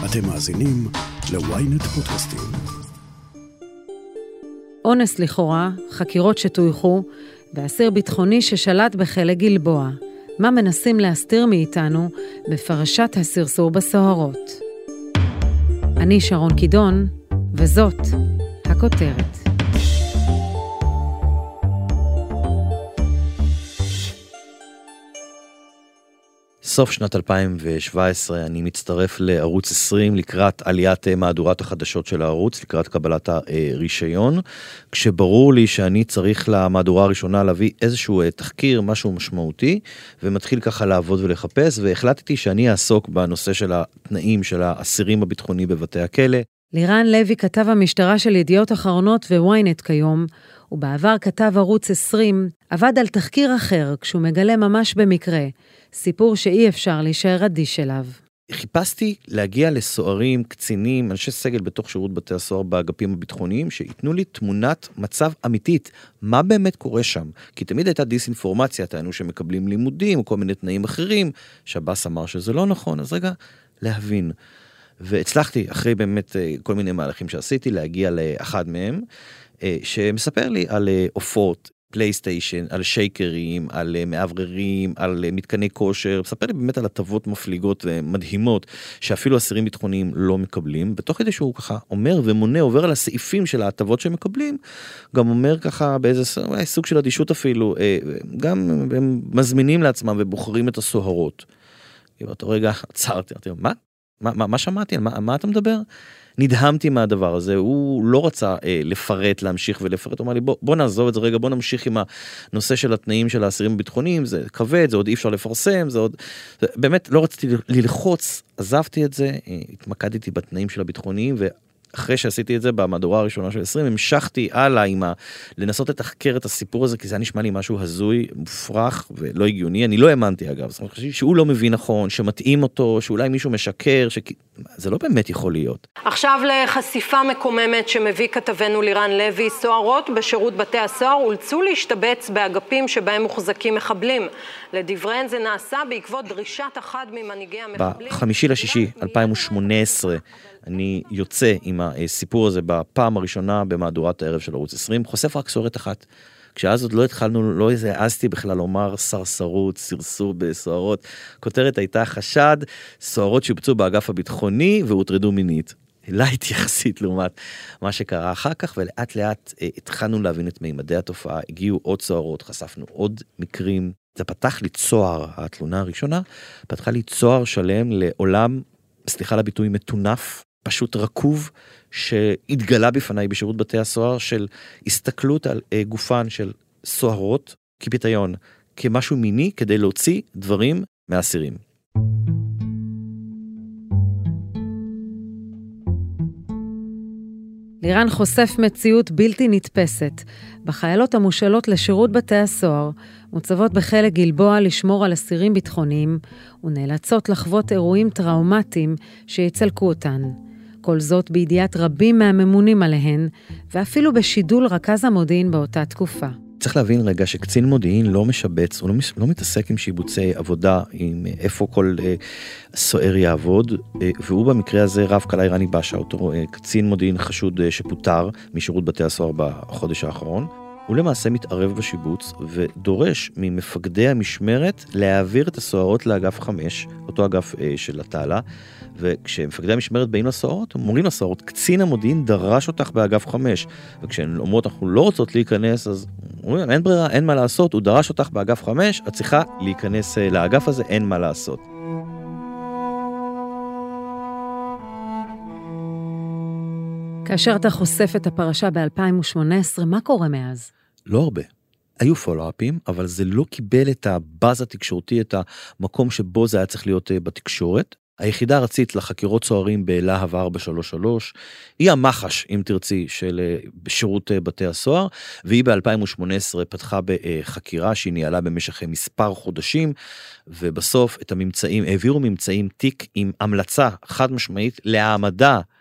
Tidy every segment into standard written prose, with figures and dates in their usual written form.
אתם מאזינים ל-ynet פודקאסטים. אונס לכאורה, חקירות שטויחו, ואסיר ביטחוני ששלט בכלא גלבוע. מה מנסים להסתיר מאיתנו בפרשת הסרסור בסוהרות? אני שרון קידון, וזאת הכותרת. סוף שנת 2017 אני מצטרף לערוץ 20 לקראת עליית מהדורת החדשות של הערוץ, לקראת קבלת הרישיון, כשברור לי שאני צריך למהדורה הראשונה להביא איזשהו תחקיר, משהו משמעותי, ומתחיל ככה לעבוד ולחפש, והחלטתי שאני אעסוק בנושא של התנאים של האסירים הביטחוני בבתי הכלא. לירן לוי כתב המשטרה של ידיעות אחרונות וויינט כיום, ובעבר כתב ערוץ 20, עבד על תחקיר אחר כשהוא מגלה ממש במקרה, סיפור שאי אפשר להישאר אדיש אליו. חיפשתי להגיע לסוהרים, קצינים, אנשי סגל בתוך שירות בתי הסוהר באגפים הביטחוניים, שיתנו לי תמונת מצב אמיתית, מה באמת קורה שם. כי תמיד הייתה דיסאינפורמציה, טענו שמקבלים לימודים או כל מיני תנאים אחרים, שב"ס אמר שזה לא נכון, אז רגע, להבין. והצלחתי, אחרי באמת כל מיני מהלכים שעשיתי, להגיע לאחד מהם, שמספר לי על אופות, פלייסטיישן, על שייקרים, על מעבררים, על מתקני כושר, מספר לי באמת על הטבות מפליגות ומדהימות, שאפילו אסירים ביטחוניים לא מקבלים, בתוך כדי שהוא ככה אומר ומונה, עובר על הסעיפים של ההטבות שהם מקבלים, גם אומר ככה באיזה סוג של אדישות אפילו, גם הם מזמינים לעצמם ובוחרים את הסוהרות. באותו רגע עצרתי, מה שמעתי? מה אתה מדבר? נדהמתי מהדבר הזה, הוא לא רצה לפרט, להמשיך ולפרט, הוא אמר לי, בוא נעזוב את זה רגע, בוא נמשיך עם הנושא של התנאים של האסירים הביטחוניים, זה כבד, זה עוד אי אפשר לפרסם, זה עוד, באמת לא רציתי ללחוץ, עזבתי את זה, התמקדתי בתנאים של הביטחוניים, אחרי שעשיתי את זה במהדורה הראשונה של 20, המשכתי הלאה עם לנסות לתחקר את הסיפור הזה, כי זה נשמע לי משהו הזוי, מופרך ולא הגיוני. אני לא האמנתי אגב, זאת אומרת, שהוא לא מבין נכון, שמתאים אותו, שאולי מישהו משקר, זה לא באמת יכול להיות. עכשיו לחשיפה מקוממת שמביא כתבנו לירן לוי, סוהרות בשירות בתי הסוהר אולצו להשתבץ באגפים שבהם מוחזקים מחבלים. לדבריהן זה נעשה בעקבות דרישת אחד ממנהיגי המחבלים. ב-5.6.2018 אני יוצא עם הסיפור הזה בפעם הראשונה במהדורת הערב של ערוץ 20, חושף רק סוהרת אחת. כשאז עוד לא התחלנו, לא העזתי בכלל לומר סרסרות, סרסור בסוהרות. כותרת הייתה חשד, סוהרות שובצו באגף הביטחוני והוטרדו מינית. לייט יחסית לעומת מה שקרה אחר כך, ולאט לאט התחלנו להבין את מימדי התופעה, הגיעו עוד סוהרות, חשפנו עוד מקרים. זה פתח לי צוהר, התלונה הראשונה, פתחה לי צוהר שלם לעולם, סליחה לביטוי, מטונף, פשוט רכוב, שהתגלה בפניי בשירות בתי הסוהר, של הסתכלות על גופן של סוהרות, כפיתיון, כמשהו מיני, כדי להוציא דברים מהאסירים. לירן חושף מציאות בלתי נתפסת. בחיילות המושאלות לשירות בתי הסוהר, מוצבות בכלא גלבוע לשמור על אסירים ביטחוניים, ונאלצות לחוות אירועים טראומטיים שיצלקו אותן. כל זאת בידיעת רבים מהממונים עליהן, ואפילו בשידול רכז המודיעין באותה תקופה. צריך להבין רגע שקצין מודיעין לא משבץ, הוא לא מתעסק עם שיבוצי עבודה, עם איפה כל סוער יעבוד, והוא במקרה הזה רב קלעי רני בשה, אותו קצין מודיעין חשוד שפוטר משירות בתי הסוהר בחודש האחרון, הוא למעשה מתערב בשיבוץ ודורש ממפקדי המשמרת להעביר את הסוהרות לאגף 5, אותו אגף של התעלה, וכשמפקדי המשמרת באים לסוהרות, הם אומרים לסוהרות, קצין המודיעין דרש אותך באגף 5, וכשהן אומרות אנחנו לא רוצות להיכנס, אז אומרים, אין ברירה, אין מה לעשות, הוא דרש אותך באגף 5, את צריכה להיכנס לאגף הזה, אין מה לעשות. כאשר אתה חושף את הפרשה ב-2018, מה קורה מאז? לא הרבה. היו פולו-אפים, אבל זה לא קיבל את הבאז התקשורתי, את המקום שבו זה היה צריך להיות בתקשורת. היחידה הארצית לחקירות סוהרים בלהב 433, היא המחש, אם תרצי, של שירות בתי הסוהר, והיא ב-2018 פתחה בחקירה שהיא ניהלה במשך מספר חודשים, ובסוף את הממצאים, העבירו ממצאים תיק עם המלצה חד משמעית להעמדה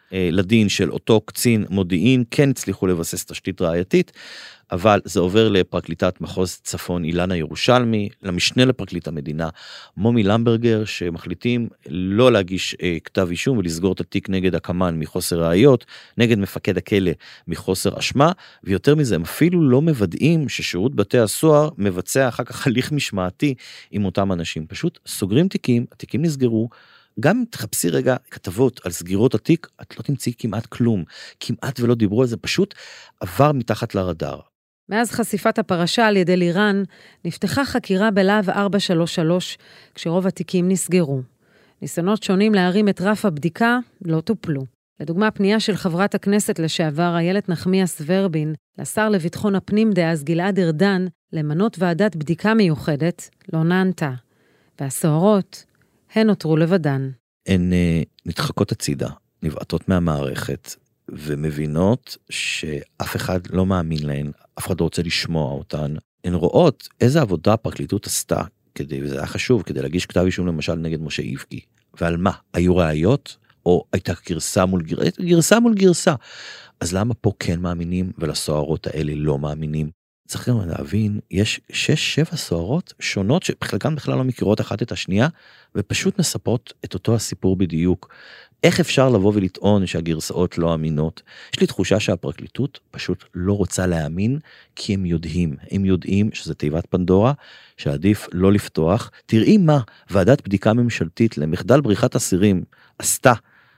לדין של אותו קצין מודיעין, כן הצליחו לבסס תשתית ראייתית, אבל זה עובר לפרקליטת מחוז צפון אילנה ירושלמי, למשנה לפרקליט המדינה מומי למברגר, שמחליטים לא להגיש כתב אישום ולסגור את התיק נגד הקמן מחוסר ראיות, נגד מפקד הכלא מחוסר אשמה, ויותר מזה הם אפילו לא מוודאים ששירות בתי הסוהר מבצע אחר כך הליך משמעתי עם אותם אנשים, פשוט סוגרים תיקים, התיקים נסגרו, גם אם תחפשי רגע כתבות על סגירות התיק, את לא תמצאי כמעט כלום, כמעט ולא דיברו על זה, פשוט עבר מתחת לרדאר. מאז חשיפת הפרשה על ידי לירן, נפתחה חקירה בלהב 433, כשרוב התיקים נסגרו. ניסיונות שונים להרים את רף הבדיקה לא טופלו. לדוגמה, פנייה של חברת הכנסת לשעבר איילת נחמיאס ורבין, לשר לביטחון הפנים דאז גלעד ארדן, למנות ועדת בדיקה מיוחדת, לא נענתה. והסוהרות, הן נותרו לבדן. הן נדחקות הצידה, נבעטות מהמערכת, ומבינות שאף אחד לא מאמין להן, אף אחד לא רוצה לשמוע אותן. הן רואות איזה עבודה הפרקליטות עשתה, וזה היה חשוב, כדי להגיש כתב אישום למשל נגד משה איבגי. ועל מה? היו ראיות? או הייתה גרסה מול גרסה? אז למה פה כן מאמינים, ולסוהרות האלה לא מאמינים? צריך גם להבין, יש 6-7 סוהרות שונות, שחלקן בכלל לא מכירות אחת את השנייה, ופשוט מספרות את אותו הסיפור בדיוק. איך אפשר לבוא ולטעון שהגרסאות לא אמינות? יש לי תחושה שהפרקליטות פשוט לא רוצה להאמין, כי הם יודעים שזה תיבת פנדורה, שעדיף לא לפתוח. תראי מה ועדת בדיקה ממשלתית למחדל בריחת אסירים עשתה.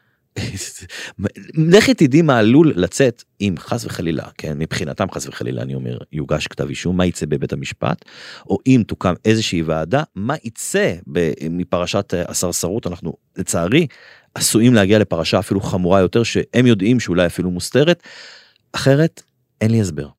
לכי תדעי מה עלול לצאת אם חס וחלילה, כן, מבחינתם חס וחלילה אני אומר, יוגש כתב אישום, מה יצא בבית המשפט, או אם תוקם איזושהי ועדה, מה יצא מפרשת הסרסרות, אנחנו לצערי עשויים להגיע לפרשה אפילו חמורה יותר, שהם יודעים שאולי אפילו מוסתרת, אחרת אין לי הסבר.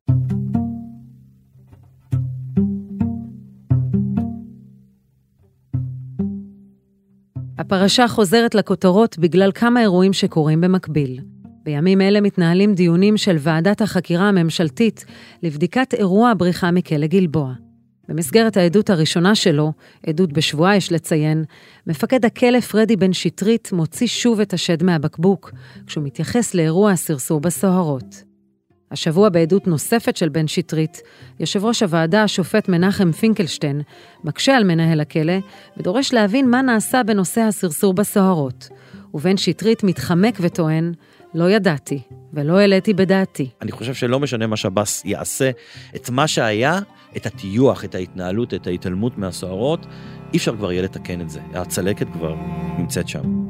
הפרשה חוזרת לכותרות בגלל כמה אירועים שקורים במקביל. בימים אלה מתנהלים דיונים של ועדת החקירה הממשלתית לבדיקת אירוע הבריחה מכלא גלבוע. במסגרת העדות הראשונה שלו, עדות בשבועה יש לציין, מפקד הכלא פרדי בן שטרית מוציא שוב את השד מהבקבוק, כשהוא מתייחס לאירוע הסרסור בסוהרות. השבוע בעדות נוספת של בן שטרית, יושב ראש הוועדה השופט מנחם פינקלשטיין, מקשה על מנהל הכלא ודורש להבין מה נעשה בנושא הסרסור בסוהרות. ובן שטרית מתחמק וטוען, לא ידעתי ולא העליתי בדעתי. אני חושב שלא משנה מה שב"ס יעשה, את מה שהיה, את הטיוח, את ההתנהלות, את ההתעלמות מהסוהרות, אי אפשר כבר יהיה לתקן את זה. הצלקת כבר נמצאת שם.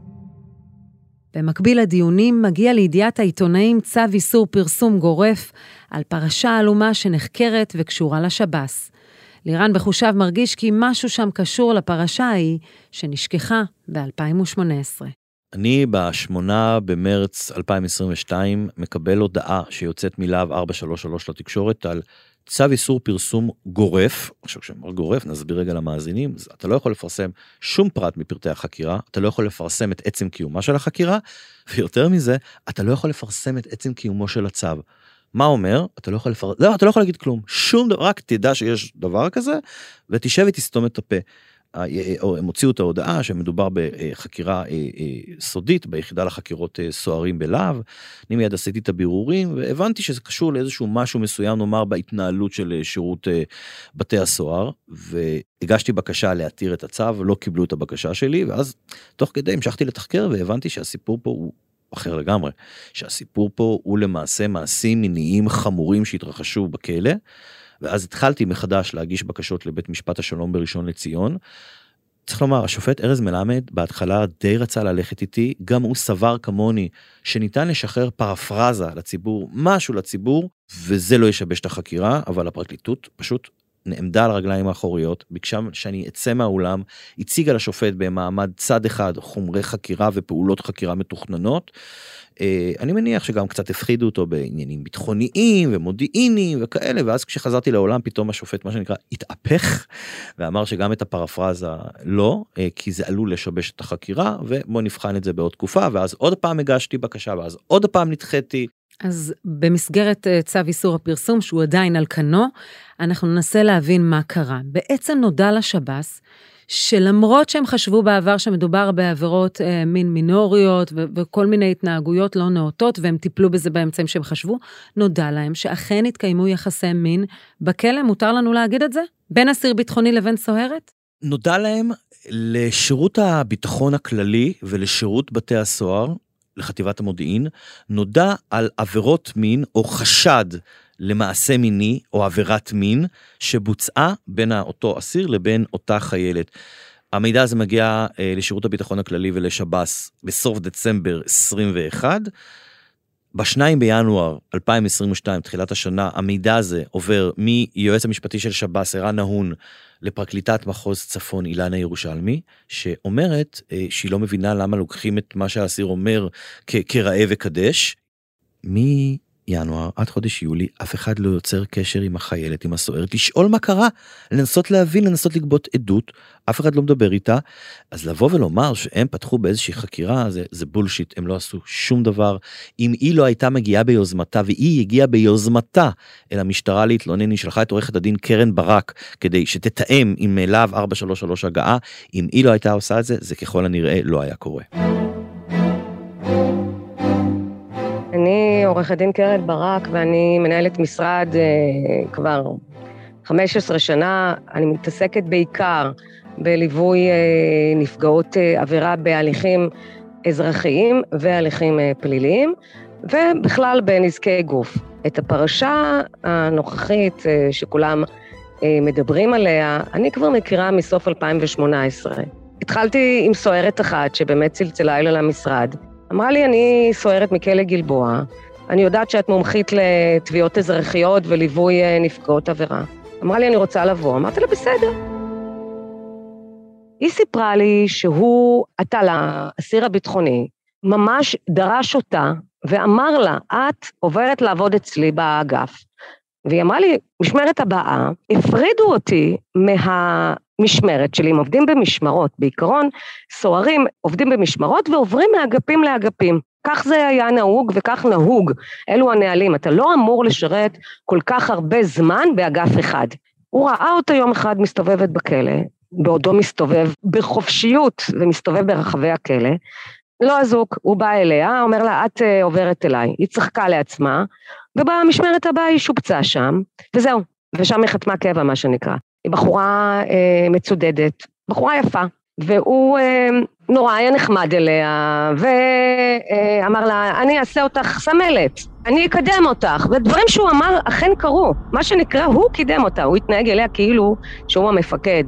במקביל לדיונים מגיע לידיעת העיתונאים צו איסור פרסום גורף על פרשה עלומה שנחקרת וקשורה לשב"ס. לירן בחושב מרגיש כי משהו שם קשור לפרשה ההיא שנשכחה ב-2018. אני ב8 במרץ 2022 מקבל הודעה שיוצאת מלהב 433 לתקשורת על צו איסור פרסום גורף. עכשיו כשאמר גורף, נסביר רגע למאזינים, אתה לא יכול לפרסם שום פרט מפרטי החקירה, אתה לא יכול לפרסם את עצם קיומה של החקירה, ויותר מזה, אתה לא יכול לפרסם את עצם קיומו של הצו. מה אומר? אתה לא יכול אתה לא יכול להגיד כלום, שום דבר, רק תדע שיש דבר כזה, ותשב ותסתום את הפה. הם הוציאו את ההודעה שמדובר בחקירה סודית ביחידה לחקירות סוהרים בלהב. אני מיד עשיתי את הבירורים והבנתי שזה קשור לאיזשהו משהו מסוים, נאמר בהתנהלות של שירות בתי הסוהר, והגשתי בקשה להתיר את הצו, לא קיבלו את הבקשה שלי, ואז תוך כדי המשכתי לתחקר והבנתי שהסיפור פה הוא אחר לגמרי, שהסיפור פה הוא למעשה מעשים מיניים חמורים שהתרחשו בכלא, ואז התחלתי מחדש להגיש בקשות לבית משפט השלום בראשון לציון. צריך לומר, השופט ארז מלמד בהתחלה די רצה ללכת איתי, גם הוא סבר כמוני שניתן לשחרר פרפרזה לציבור, משהו לציבור, וזה לא ישבש את החקירה, אבל הפרקליטות פשוט נעמדה על הרגליים האחוריות, ביקשה שאני אצא מהאולם, הציגה לשופט במעמד צד אחד חומרי חקירה ופעולות חקירה מתוכננות. אני מניח שגם קצת הפחידו אותו בעניינים ביטחוניים ומודיעיניים וכאלה, ואז כשחזרתי לעולם פתאום השופט מה שנקרא התהפך, ואמר שגם את הפרפרזה לא, כי זה עלול לשבש את החקירה, ובוא נבחן את זה בעוד תקופה, ואז עוד פעם הגשתי בקשה, ואז עוד פעם נדחיתי. אז במסגרת צו איסור הפרסום, שהוא עדיין על כנו, אנחנו ננסה להבין מה קרה. בעצם נודע לשב"ס שלמרות שהם חשבו בעבר שמדובר בעבירות מין מינוריות וכל מיני התנהגויות לא נאותות, והם טיפלו בזה באמצעים שהם חשבו, נודע להם שאכן התקיימו יחסי מין בכלא, מותר לנו להגיד את זה? בין אסיר ביטחוני לבין סוהרת? נודע להם לשירות הביטחון הכללי ולשירות בתי הסוהר, לחטיבת המודיעין, נודע על עבירות מין או חשד למעשה מיני או עבירת מין שבוצעה בין אותו אסיר לבין אותה חיילת. המידע הזה מגיע לשירות הביטחון הכללי ולשב"ס בסוף דצמבר 21. ב2 בינואר 2022, תחילת השנה, המידע הזה עובר מיועץ המשפטי של שב"ס, ערן נהון, לפרקליטת מחוז צפון אילנה ירושלמי, שאומרת שהיא לא מבינה למה לוקחים את מה שהאסיר אומר כראה וקדש. מינואר עד חודש יולי, אף אחד לא יוצר קשר עם החיילת, עם הסוהרת, לשאול מה קרה, לנסות להבין, לנסות לגבות עדות, אף אחד לא מדבר איתה. אז לבוא ולומר שהם פתחו באיזושהי חקירה, זה בולשיט, הם לא עשו שום דבר. אם היא לא הייתה מגיעה ביוזמתה, והיא הגיעה ביוזמתה אל המשטרה להתלונן, היא שלחה את עורכת הדין קרן ברק, כדי שתתאם עם להב 433 הגעה, אם היא לא הייתה עושה את זה, זה ככל הנראה לא היה קורה. אני עורכת דין קרן ברק, ואני מנהלת משרד כבר 15 שנה. אני מתעסקת בעיקר בליווי נפגעות עבירה בהליכים אזרחיים והליכים פליליים, ובכלל בנזקי גוף. את הפרשה הנוכחית שכולם מדברים עליה, אני כבר מכירה מסוף 2018. התחלתי עם סוהרת אחת שבאמת צלצלה אליי למשרד. אמרה לי, אני סוהרת מכלא גלבוע, אני יודעת שאת מומחית לתביעות אזרחיות וליווי נפגעות עבירה. אמרה לי, אני רוצה לבוא. אמרתי לה, בסדר. היא סיפרה לי שהוא, אתה לאסיר הביטחוני, ממש דרש אותה ואמר לה, את עוברת לעבוד אצלי באגף. והיא אמרה לי, משמרת הבאה, הפרידו אותי מהמשמרת שלי, הם עובדים במשמרות, בעיקרון סוהרים עובדים במשמרות ועוברים מאגפים לאגפים. כך זה היה נהוג וכך נהוג, אלו הנהלים, אתה לא אמור לשרת כל כך הרבה זמן באגף אחד. הוא ראה אותה יום אחד מסתובבת בכלא, בעודו מסתובב בחופשיות ומסתובב ברחבי הכלא, לא אזוק, הוא בא אליה, אומר לה, את עוברת אליי, היא צחקה לעצמה, ובמשמרת הבאה היא שופצה שם, וזהו, ושם היא חתמה קבע, מה שנקרא. היא בחורה מצודדת, בחורה יפה, והוא נורא היה נחמד אליה, ואמר לה, אני אעשה אותך סמלת, אני אקדם אותך, ודברים שהוא אמר אכן קרו, מה שנקרא, הוא קידם אותה, הוא התנהג אליה כאילו שהוא המפקד.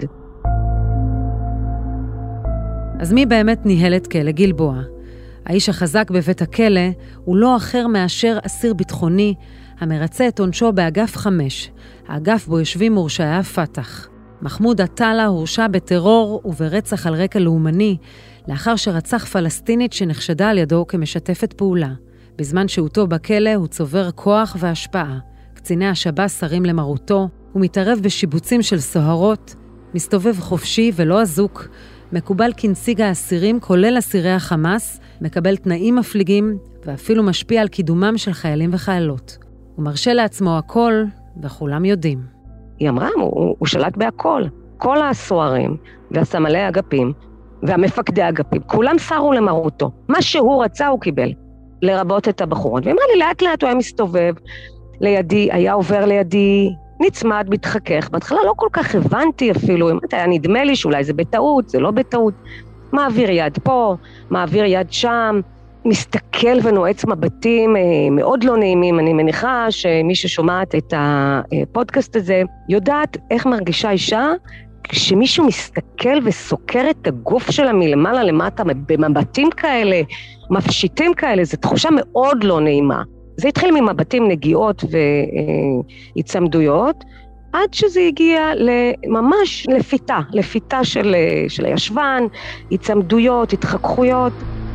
אז מי באמת ניהל את כלא גלבוע? האיש החזק בבית הכלא הוא לא אחר מאשר אסיר ביטחוני המרצה את עונשו באגף 5, האגף בו יושבים מורשעי הפתח. מחמוד עטאללה הורשע בטרור וברצח על רקע לאומני, לאחר שרצח פלסטינית שנחשדה על ידו כמשתפת פעולה. בזמן שהותו בכלא הוא צובר כוח והשפעה. קציני השב"ס שרים למרותו, הוא מתערב בשיבוצים של סוהרות, מסתובב חופשי ולא אזוק, מקובל כנציג האסירים כולל אסירי החמאס, מקבל תנאים מפליגים ואפילו משפיע על קידומם של חיילים וחיילות. הוא מרשה לעצמו הכל וכולם יודעים. היא אמרה, הוא שלט בהכל. כל הסוהרים והסמלי האגפים והמפקדי האגפים, כולם סרו למרותו. מה שהוא רצה הוא קיבל, לרבות את הבחורות. והיא אמרה לי, לאט לאט הוא היה מסתובב לידי, היה עובר לידי, נצמד, מתחכך. בהתחלה לא כל כך הבנתי אפילו, היה נדמה לי שאולי זה בטעות, זה לא בטעות. מעביר יד פה, מעביר יד שם, מסתכל ונועץ מבטים מאוד לא נעימים. אני מניחה שמי ששומעת את הפודקאסט הזה יודעת איך מרגישה אישה כשמישהו מסתכל וסוקר את הגוף שלה מלמעלה למטה במבטים כאלה, מפשיטים כאלה, זו תחושה מאוד לא נעימה. זה התחיל ממבטים, נגיעות והצמדויות, עד שזה הגיע ממש לפיתה של הישבן, הצמדויות, התחככויות.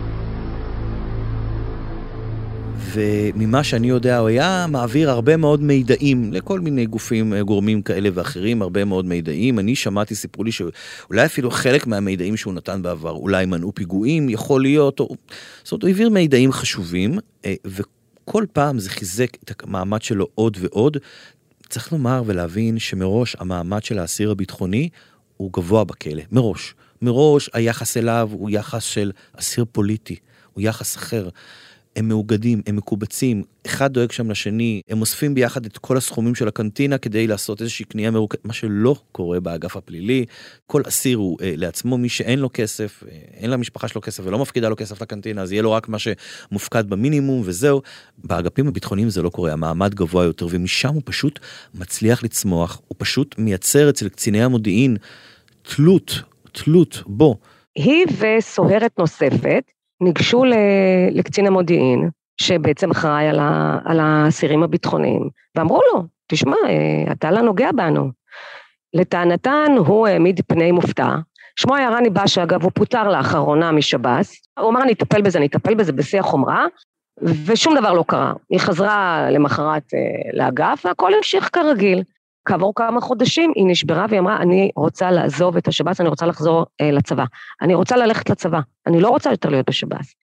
וממה שאני יודע, הוא היה מעביר הרבה מאוד מידעים לכל מיני גורמים כאלה ואחרים, הרבה מאוד מידעים. אני שמעתי, סיפרו לי שאולי אפילו חלק מהמידעים שהוא נתן בעבר, אולי מנעו פיגועים, יכול להיות, זאת אומרת, הוא העביר מידעים חשובים, וכל פעם זה חיזק את המעמד שלו עוד ועוד. צריך לומר ולהבין שמראש המעמד של האסיר הביטחוני הוא גבוה בכלא, מראש. מראש היחס אליו הוא יחס של אסיר פוליטי, הוא יחס אחר. הם מאוגדים, הם מקובצים, אחד דואג שם לשני, הם אוספים ביחד את כל הסכומים של הקנטינה כדי לעשות איזושהי קנייה מרוכזת, מה שלא קורה באגף הפלילי. כל אסיר הוא לעצמו, מי שאין לו כסף, אין למשפחה שלו כסף ולא מפקידה לו כסף לקנטינה, אז יהיה לו רק מה שמופקד במינימום וזהו. באגפים הביטחוניים זה לא קורה, המעמד גבוה יותר, ומשם הוא פשוט מצליח לצמוח, הוא פשוט מייצר אצל קציני המודיעין תלות בו. היא וסוהרת נוספת, ניגשו לקצין המודיעין, שבעצם אחראי על האסירים הביטחוניים, ואמרו לו, תשמע, אתה לא נוגע בנו. לטענתן הוא העמיד פני מופתע, שמו היה רני בש, אגב, הוא פוטר לאחרונה משב"ס, הוא אמר, אני אטפל בזה בשיא החומרה, ושום דבר לא קרה. היא חזרה למחרת לאגף, והכל המשיך כרגיל. כעבור כמה חודשים היא נשברה והיא אמרה, אני רוצה לעזוב את השב"ס, אני רוצה לחזור לצבא. אני רוצה ללכת לצבא, אני לא רוצה יותר להיות בשב"ס.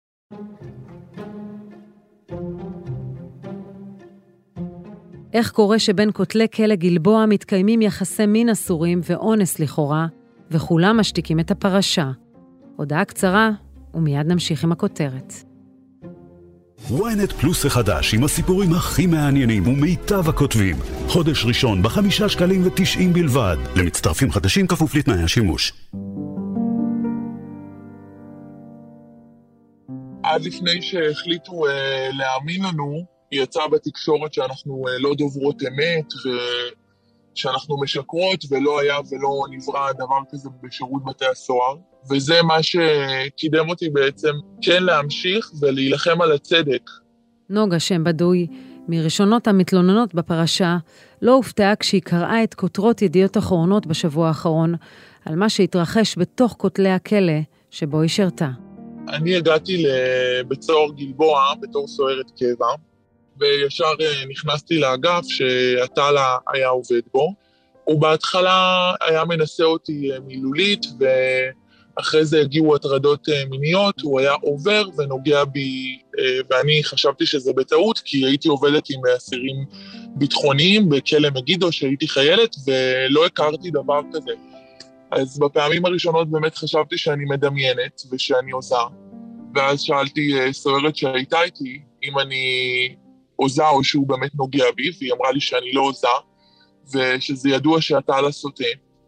איך קורה שבין כותלי כלא גלבוע מתקיימים יחסי מין אסורים ואונס לכאורה, וכולם משתיקים את הפרשה? הודעה קצרה, ומיד נמשיך עם הכותרת. ynet פלוס החדש עם הסיפורים הכי מעניינים ומיטב הכותבים. חודש ראשון ב5.90 שקלים בלבד. למצטרפים חדשים כפוף לתנאי השימוש. עד לפני שהחליטו להאמין לנו, יצא בתקשורת שאנחנו לא דוברות אמת ושאנחנו משקרות, ולא היה ולא נברא דבר כזה בשירות בתי הסוהר. וזה מה שקידם אותי בעצם כן להמשיך ולהילחם על הצדק. נוגה שם בדוי, מראשונות המתלוננות בפרשה, לא הופתעה כשהיא קראה את כותרות ידיעות אחרונות בשבוע האחרון, על מה שהתרחש בתוך כותלי הכלא שבו היא שרתה. אני הגעתי לבית סוהר גלבוע בתור סוהרת קבע, וישר נכנסתי לאגף שהטל היה עובד בו. הוא בהתחלה היה מנסה אותי מילולית, ואחרי זה הגיעו הטרדות מיניות, הוא היה עובר ונוגע בי, ואני חשבתי שזה בטעות, כי הייתי עובדת עם אסירים ביטחוניים בכלא מגידו שהייתי חיילת, ולא הכרתי דבר כזה. אז בפעמים הראשונות באמת חשבתי שאני מדמיינת ושאני עוזה, ואז שאלתי סוהרת שהייתה איתי אם אני עוזה או שהוא באמת נוגע בי, והיא אמרה לי שאני לא עוזה, ושזה ידוע שהטל הסוטה.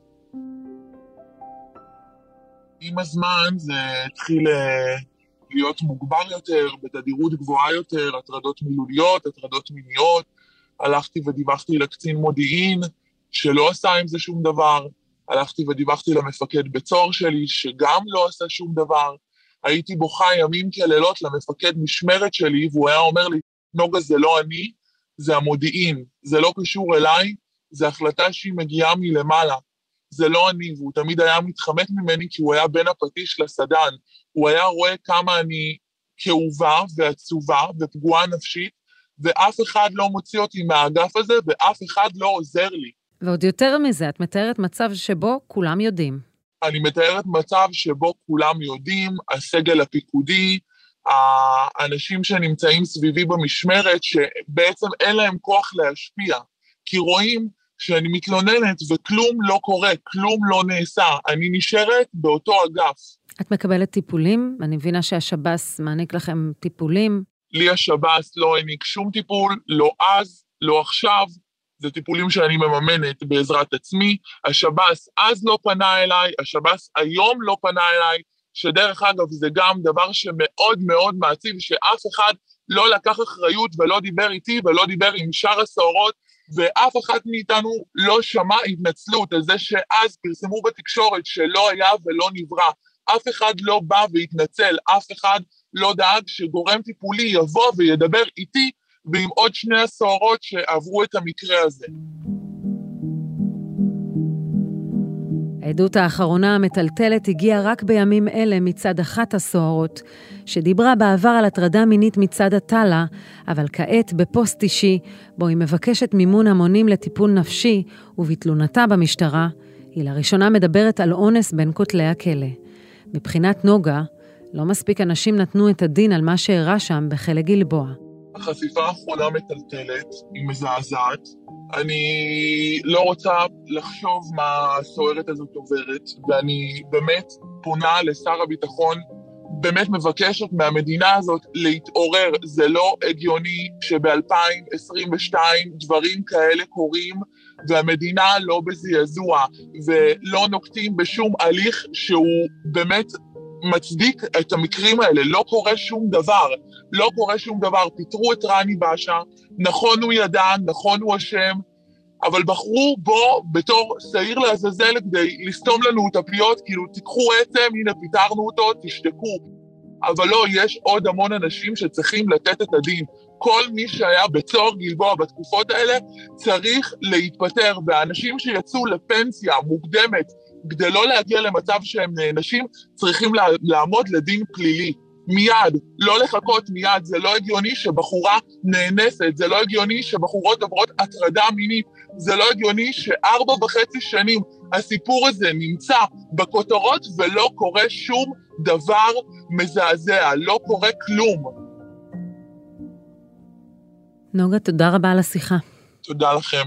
עם הזמן זה התחיל להיות מוגבר יותר, בתדירות גבוהה יותר, הטרדות מילוליות, הטרדות מיניות. הלכתי ודיווחתי לקצין מודיעין שלא עשה עם זה שום דבר, הלכתי ודיווחתי למפקד בית סוהר שלי שגם לא עשה שום דבר. הייתי בוכה ימים כלילות למפקד משמרת שלי, והוא היה אומר לי, נוגה, זה לא אני, זה המודיעין, זה לא קשור אליי, זה החלטה שהיא מגיעה מלמעלה, זה לא אני. והוא תמיד היה מתחמק ממני כי הוא היה בין הפטיש לסדן, הוא היה רואה כמה אני כאובה ועצובה ופגועה נפשית, ואף אחד לא מוציא אותי מהאגף הזה, ואף אחד לא עוזר לי. ועוד יותר מזה, את מתארת מצב שבו כולם יודעים. אני מתארת מצב שבו כולם יודעים, הסגל הפיקודי, האנשים שנמצאים סביבי במשמרת, שבעצם אין להם כוח להשפיע, כי רואים שאני מתלוננת וכלום לא קורה, כלום לא נעשה, אני נשארת באותו אגף. את מקבלת טיפולים? אני מבינה שהשב"ס מעניק לכם טיפולים. לי השב"ס לא העניק שום טיפול, לא אז, לא עכשיו, זה טיפולים שאני מממנת בעזרת עצמי. השב"ס אז לא פנה אליי, השב"ס היום לא פנה אליי, שדרך אגב זה גם דבר שמאוד מאוד מעציב, שאף אחד לא לקח אחריות ולא דיבר איתי ולא דיבר עם שאר הסוהרות, ואף אחד מאיתנו לא שמע התנצלות על זה שאז פרסמו בתקשורת שלא היה ולא נברא. אף אחד לא בא והתנצל, אף אחד לא דאג שגורם טיפולי יבוא וידבר איתי ועם עוד שני הסוהרות שעברו את המקרה הזה. העדות האחרונה המטלטלת הגיעה רק בימים אלה מצד אחת הסוהרות, שדיברה בעבר על הטרדה מינית מצד הטלה, אבל כעת בפוסט אישי, בו היא מבקשת מימון המונים לטיפול נפשי, ובתלונתה במשטרה, היא לראשונה מדברת על אונס בין כותלי הכלא. מבחינת נוגה, לא מספיק אנשים נתנו את הדין על מה שהראה שם בכלא גלבוע. החשיפה האחרונה מטלטלת, היא מזעזעת. אני לא רוצה לחשוב מה הסוערת הזאת עוברת, ואני באמת פונה לשר הביטחון, באמת מבקשת מהמדינה הזאת להתעורר. זה לא הגיוני שב-2022 דברים כאלה קורים, והמדינה לא בזעזוע, ולא נוקטים בשום הליך שהוא באמת מצדיק את המקרים האלה. לא קורה שום דבר, לא קורה שום דבר. פיטרו את רני באשה, נכון הוא ידע, נכון הוא אשם, אבל בחרו בו בתור שעיר לעזאזל כדי לסתום לנו את הפיות, כאילו תיקחו עצם, הנה פיטרנו אותו, תשתקו. אבל לא, יש עוד המון אנשים שצריכים לתת את הדין. כל מי שהיה בצוהר גלבוע בתקופות האלה צריך להתפטר, והאנשים שיצאו לפנסיה מוקדמת כדי לא להגיע למצב שהם נענשים, צריכים לעמוד לדין פלילי. מיד, לא לחכות מיד. זה לא הגיוני שבחורה נאנסת, זה לא הגיוני שבחורות עוברות הטרדה מינית, זה לא הגיוני ש4.5 שנים הסיפור הזה נמצא בכותרות ולא קורה שום דבר מזעזע, לא קורה כלום. נוגה, תודה רבה על השיחה. תודה לכם.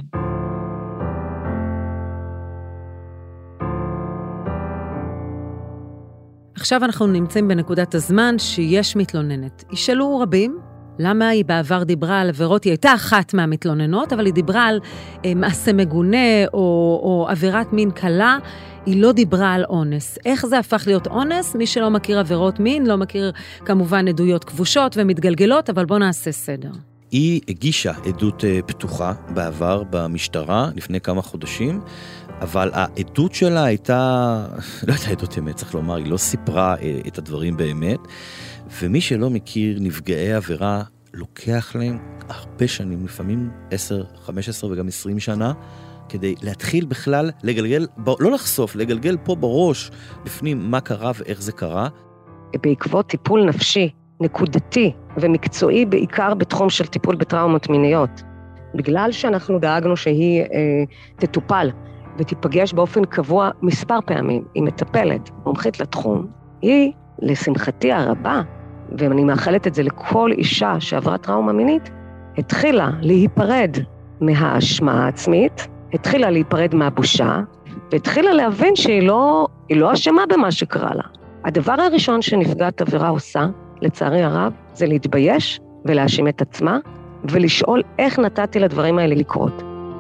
עכשיו אנחנו נמצאים בנקודת הזמן שיש מתלוננת. ישאלו רבים, למה היא בעבר דיברה על עבירות? היא הייתה אחת מהמתלוננות, אבל היא דיברה על מעשה מגונה או עבירת מין קלה, היא לא דיברה על אונס. איך זה הפך להיות אונס? מי שלא מכיר עבירות מין, לא מכיר כמובן עדויות כבושות ומתגלגלות, אבל בוא נעשה סדר. היא הגישה עדות פתוחה בעבר במשטרה לפני כמה חודשים, אבל העדות שלה הייתה, לא הייתה עדות אמת, צריך לומר, היא לא סיפרה את הדברים באמת, ומי שלא מכיר נפגעי עבירה, לוקח להם הרבה שנים, לפעמים 10, 15 וגם 20 שנה, כדי להתחיל בכלל לגלגל, לא לחשוף, לגלגל פה בראש, בפנים מה קרה ואיך זה קרה. בעקבות טיפול נפשי, נקודתי ומקצועי, בעיקר בתחום של טיפול בטראומות מיניות, בגלל שאנחנו דאגנו שהיא תטופל, ותיפגש באופן קבוע מספר פעמים, היא מטפלת, מומחית לתחום, היא, לשמחתי הרבה, ואני מאחלת את זה לכל אישה שעברה טראומה מינית, התחילה להיפרד מהאשמה העצמית, התחילה להיפרד מהבושה, והתחילה להבין שהיא לא אשמה במה שקרה לה. הדבר הראשון שנפגעת עבירה עושה, לצערי הרב, זה להתבייש ולהאשים את עצמה, ולשאול איך נתתי לדברים האלה לקרות.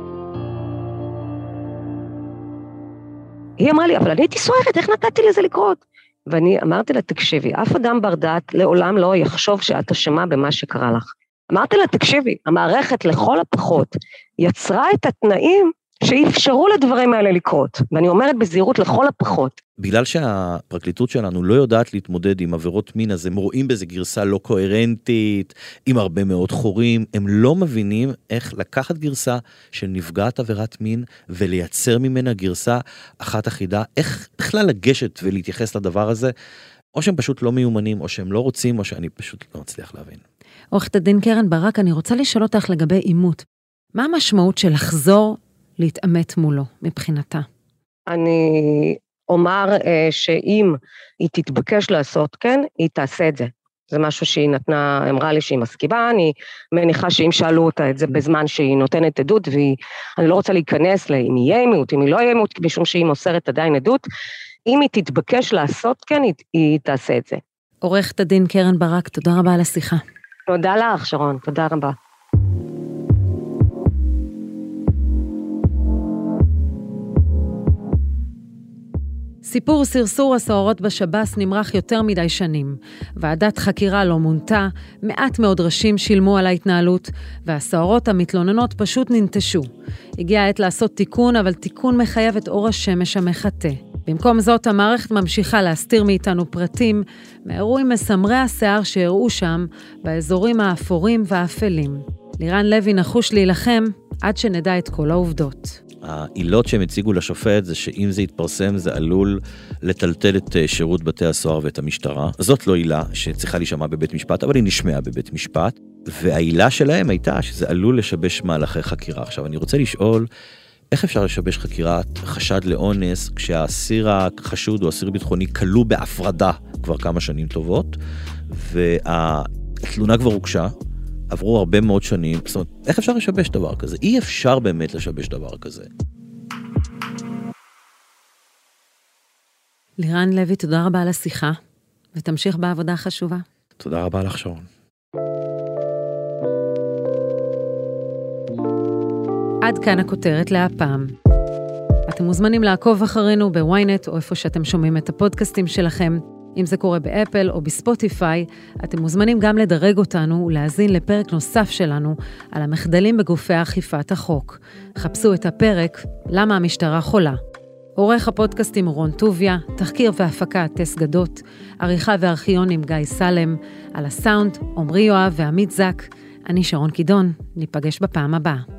היא אמרה לי, אבל אני הייתי סוערת, איך נתתי לזה לקרות? ואני אמרתי לה, תקשיבי, אף אדם בר דעת לעולם לא יחשוב שאת אשמה במה שקרה לך. אמרתי לה, תקשיבי, המערכת לכל הפחות יצרה את התנאים שאפשרו לדברים האלה לקרות. ואני אומרת בזהירות לכל הפחות. בגלל שהפרקליטות שלנו לא יודעת להתמודד עם עבירות מין, אז הם רואים בזה גרסה לא קוהרנטית, עם הרבה מאוד חורים, הם לא מבינים איך לקחת גרסה של נפגעת עבירת מין, ולייצר ממנה גרסה אחת אחידה, איך בכלל לגשת ולהתייחס לדבר הזה, או שהם פשוט לא מיומנים, או שהם לא רוצים, או שאני פשוט לא מצליח להבין. עורכת הדין קרן ברק, אני רוצה לשאול אותך לגבי אימות. מה המשמעות של לחזור להתאמת מולו מבחינתה? אני אומר שאם היא תתבקש לעשות כן, היא תעשה את זה. זה משהו שהיא נתנה, אמרה לי שהיא מסכימה, אני מניחה שאם שאלו אותה את זה בזמן שהיא נותנת עדות, ואני לא רוצה להיכנס אם יהיה אימות, אם היא לא יהיה אימות, משום שהיא מוסרת עדיין עדות, אם היא תתבקש לעשות כן, היא תעשה את זה. עורכת הדין קרן ברק, תודה רבה על השיחה. תודה לך, שרון, תודה רבה. סיפור סרסור הסוהרות בשב"ס נמרח יותר מדי שנים. ועדת חקירה לא מונתה, מעט מאוד ראשים שילמו על ההתנהלות, והסוהרות המתלוננות פשוט ננטשו. הגיעה העת לעשות תיקון, אבל תיקון מחייב את אור השמש המחטא. במקום זאת, המערכת ממשיכה להסתיר מאיתנו פרטים מאירועים מסמרי השיער שהראו שם, באזורים האפורים והאפלים. לירן לוי נחוש להילחם עד שנדע את כל העובדות. העילות שהם הציגו לשופט זה שאם זה יתפרסם זה עלול לטלטל את שירות בתי הסוהר ואת המשטרה. זאת לא עילה שצריכה להישמע בבית משפט, אבל היא נשמעה בבית משפט, והעילה שלהם הייתה שזה עלול לשבש מהלכי חקירה. עכשיו אני רוצה לשאול, איך אפשר לשבש חקירת חשד לאונס כשהאסיר החשוד או אסיר ביטחוני כלוא בהפרדה כבר כמה שנים טובות, והתלונה כבר הוגשה, עברו הרבה מאוד שנים, זאת אומרת, איך אפשר לשבש דבר כזה? אי אפשר באמת לשבש דבר כזה. לירן לוי, תודה רבה על השיחה, ותמשיך בעבודה החשובה. תודה רבה לך, שרון. עד כאן הכותרת להפעם. אתם מוזמנים לעקוב אחרינו בוויינט או איפה שאתם שומעים את הפודקאסטים שלכם. אם זה קורה באפל או בספוטיפיי, אתם מוזמנים גם לדרג אותנו ולהזין לפרק נוסף שלנו על המחדלים בגופי אכיפת החוק. חפשו את הפרק למה המשטרה חולה. עורך הפודקאסטים רון טוביה, תחקיר והפקה טס גדות, עריכה וארכיונים גיא סלם, על הסאונד עומרי יואב ועמית זק. אני שרון קידון, ניפגש בפעם הבאה.